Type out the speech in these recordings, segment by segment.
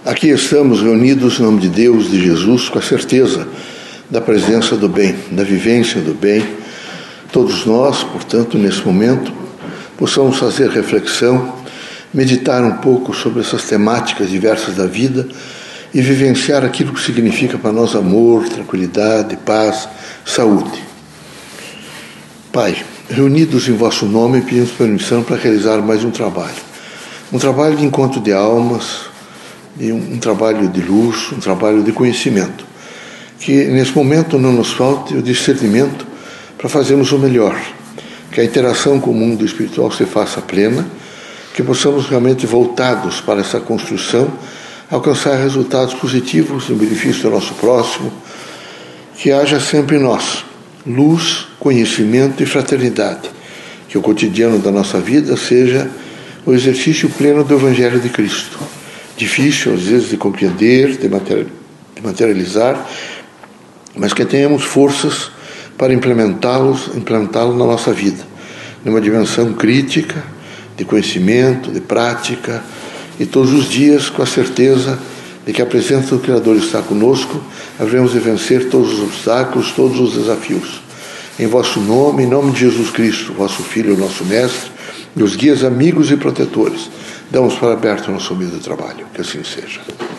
Aqui estamos reunidos em nome de Deus, de Jesus, com a certeza da presença do bem, da vivência do bem. Todos nós, portanto, nesse momento, possamos fazer reflexão, meditar um pouco sobre essas temáticas diversas da vida e vivenciar aquilo que significa para nós amor, tranquilidade, paz, saúde. Pai, reunidos em vosso nome, pedimos permissão para realizar mais um trabalho de encontro de almas, um trabalho de luz, um trabalho de conhecimento. Que nesse momento não nos falte o discernimento para fazermos o melhor, que a interação com o mundo espiritual se faça plena, que possamos realmente, voltados para essa construção, alcançar resultados positivos em benefício do nosso próximo, que haja sempre em nós luz, conhecimento e fraternidade, que o cotidiano da nossa vida seja o exercício pleno do Evangelho de Cristo. Difícil, às vezes, de compreender, de materializar, mas que tenhamos forças para implementá-lo na nossa vida, numa dimensão crítica, de conhecimento, de prática, e todos os dias com a certeza de que a presença do Criador está conosco, haveremos de vencer todos os obstáculos, todos os desafios. Em vosso nome, em nome de Jesus Cristo, vosso Filho, nosso Mestre, e os guias amigos e protetores, damos para aberto o nosso humilde trabalho. Que assim seja.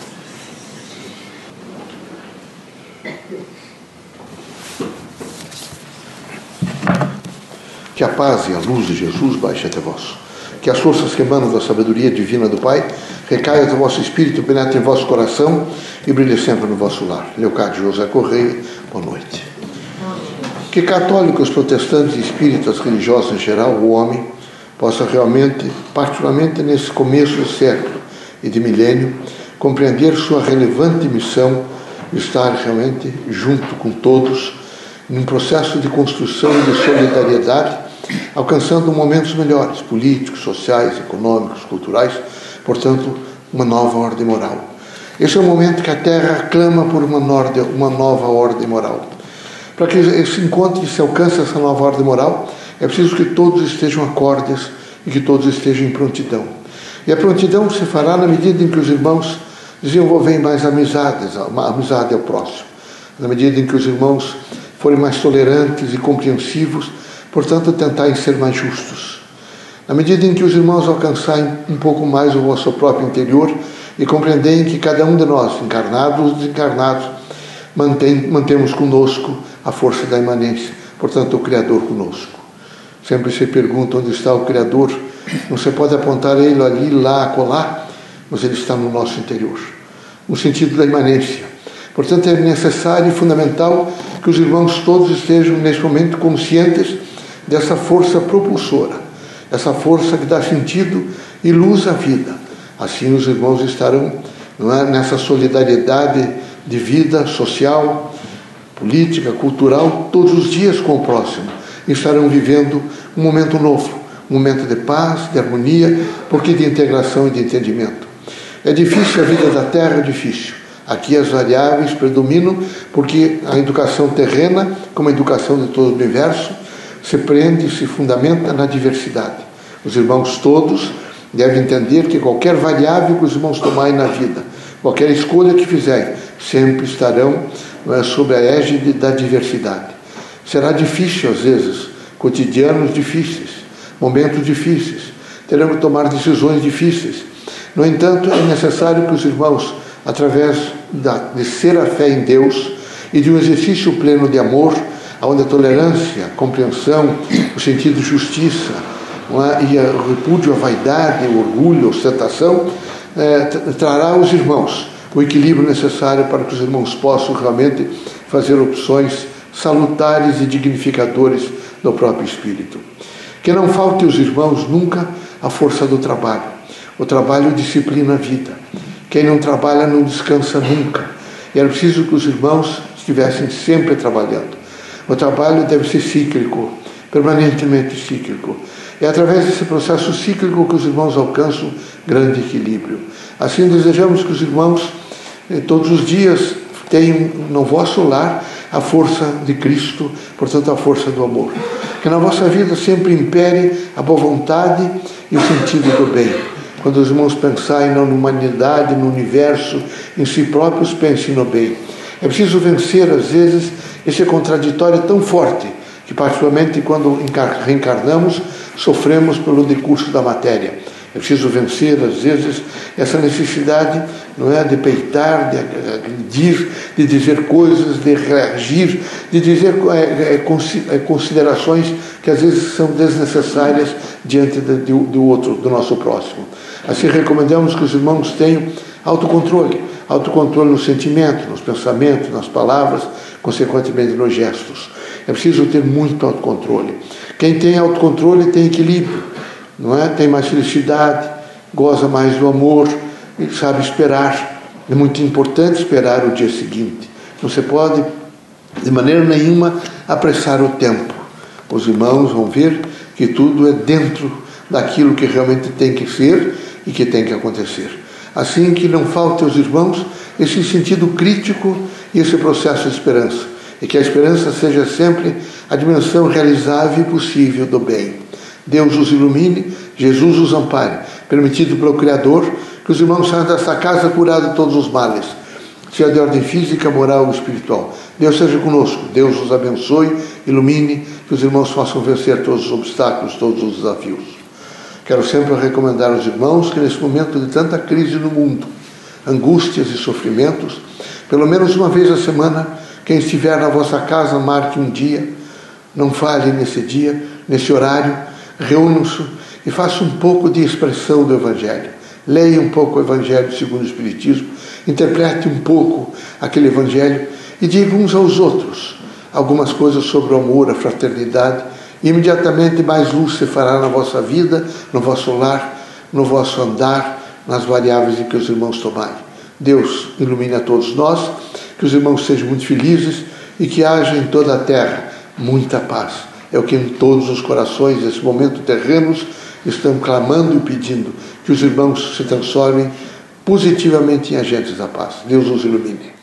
Que a paz e a luz de Jesus baixe até vós. Que as forças que emanam da sabedoria divina do Pai recaiam do vosso espírito, penetrem em vosso coração e brilhem sempre no vosso lar. Leocádio José Correia, boa noite. Que católicos, protestantes e espíritas religiosos em geral, o homem, possa realmente, particularmente nesse começo do século e de milênio, compreender sua relevante missão de estar realmente junto com todos, num processo de construção e de solidariedade, alcançando momentos melhores, políticos, sociais, econômicos, culturais, portanto, uma nova ordem moral. Esse é o momento que a Terra clama por uma nova ordem moral. Para que se encontre e se alcance essa nova ordem moral, é preciso que todos estejam acordes e que todos estejam em prontidão. E a prontidão se fará na medida em que os irmãos desenvolvem mais amizades, a amizade ao próximo. Na medida em que os irmãos forem mais tolerantes e compreensivos, portanto, tentarem ser mais justos. Na medida em que os irmãos alcançarem um pouco mais o vosso próprio interior e compreenderem que cada um de nós, encarnados ou desencarnados, mantemos conosco a força da imanência, portanto, o Criador conosco. Sempre se pergunta onde está o Criador. Não se pode apontar ele ali, lá, acolá, mas ele está no nosso interior, no sentido da imanência. Portanto, é necessário e fundamental que os irmãos todos estejam, neste momento, conscientes dessa força propulsora, essa força que dá sentido e luz à vida. Assim, os irmãos estarão, nessa solidariedade de vida social, política, cultural, todos os dias com o próximo. Estarão vivendo um momento novo, um momento de paz, de harmonia, porque de integração e de entendimento. É difícil, a vida da Terra é difícil. Aqui as variáveis predominam porque a educação terrena, como a educação de todo o universo, se prende e se fundamenta na diversidade. Os irmãos todos devem entender que qualquer variável que os irmãos tomarem na vida, qualquer escolha que fizerem, sempre estarão sob a égide da diversidade. Será difícil, às vezes, cotidianos difíceis, momentos difíceis, terão que tomar decisões difíceis. No entanto, é necessário que os irmãos, através de ser a fé em Deus e de um exercício pleno de amor, onde a tolerância, a compreensão, o sentido de justiça e o repúdio à vaidade, o orgulho, a ostentação, trará aos irmãos o equilíbrio necessário para que os irmãos possam realmente fazer opções salutares e dignificadores do próprio espírito. Que não falte aos irmãos nunca a força do trabalho. O trabalho disciplina a vida. Quem não trabalha não descansa nunca. E era preciso que os irmãos estivessem sempre trabalhando. O trabalho deve ser cíclico, permanentemente cíclico. É através desse processo cíclico que os irmãos alcançam grande equilíbrio. Assim, desejamos que os irmãos todos os dias tenham no vosso lar a força de Cristo, portanto a força do amor. Que na vossa vida sempre impere a boa vontade e o sentido do bem. Quando os irmãos pensarem na humanidade, no universo, em si próprios, pensem no bem. É preciso vencer, às vezes, esse contraditório tão forte, que particularmente quando reencarnamos, sofremos pelo decurso da matéria. É preciso vencer, às vezes, essa necessidade, não é, de peitar, de agredir, de dizer coisas, de reagir, de dizer considerações que às vezes são desnecessárias diante do outro, do nosso próximo. Assim, recomendamos que os irmãos tenham autocontrole no sentimento, nos pensamentos, nas palavras, consequentemente nos gestos. É preciso ter muito autocontrole. Quem tem autocontrole tem equilíbrio, não é? Tem mais felicidade, goza mais do amor e sabe esperar. É muito importante esperar o dia seguinte. Não se pode, de maneira nenhuma, apressar o tempo. Os irmãos vão ver que tudo é dentro daquilo que realmente tem que ser e que tem que acontecer. Assim que não falte aos irmãos esse sentido crítico e esse processo de esperança. E que a esperança seja sempre a dimensão realizável e possível do bem. Deus os ilumine, Jesus os ampare, permitido pelo Criador que os irmãos saiam desta casa curados de todos os males, seja de ordem física, moral ou espiritual. Deus seja conosco, Deus os abençoe, ilumine, que os irmãos possam vencer todos os obstáculos, todos os desafios. Quero sempre recomendar aos irmãos que nesse momento de tanta crise no mundo, angústias e sofrimentos, pelo menos uma vez a semana, quem estiver na vossa casa, marque um dia, não falhe nesse dia, nesse horário, reúnam-se e façam um pouco de expressão do Evangelho. Leia um pouco o Evangelho segundo o Espiritismo, interprete um pouco aquele Evangelho e diga uns aos outros algumas coisas sobre o amor, a fraternidade, e imediatamente mais luz se fará na vossa vida, no vosso lar, no vosso andar, nas variáveis em que os irmãos tomarem. Deus ilumine a todos nós, que os irmãos sejam muito felizes e que haja em toda a terra muita paz. É o que em todos os corações, nesse momento terrenos, estão clamando e pedindo, que os irmãos se transformem positivamente em agentes da paz. Deus os ilumine.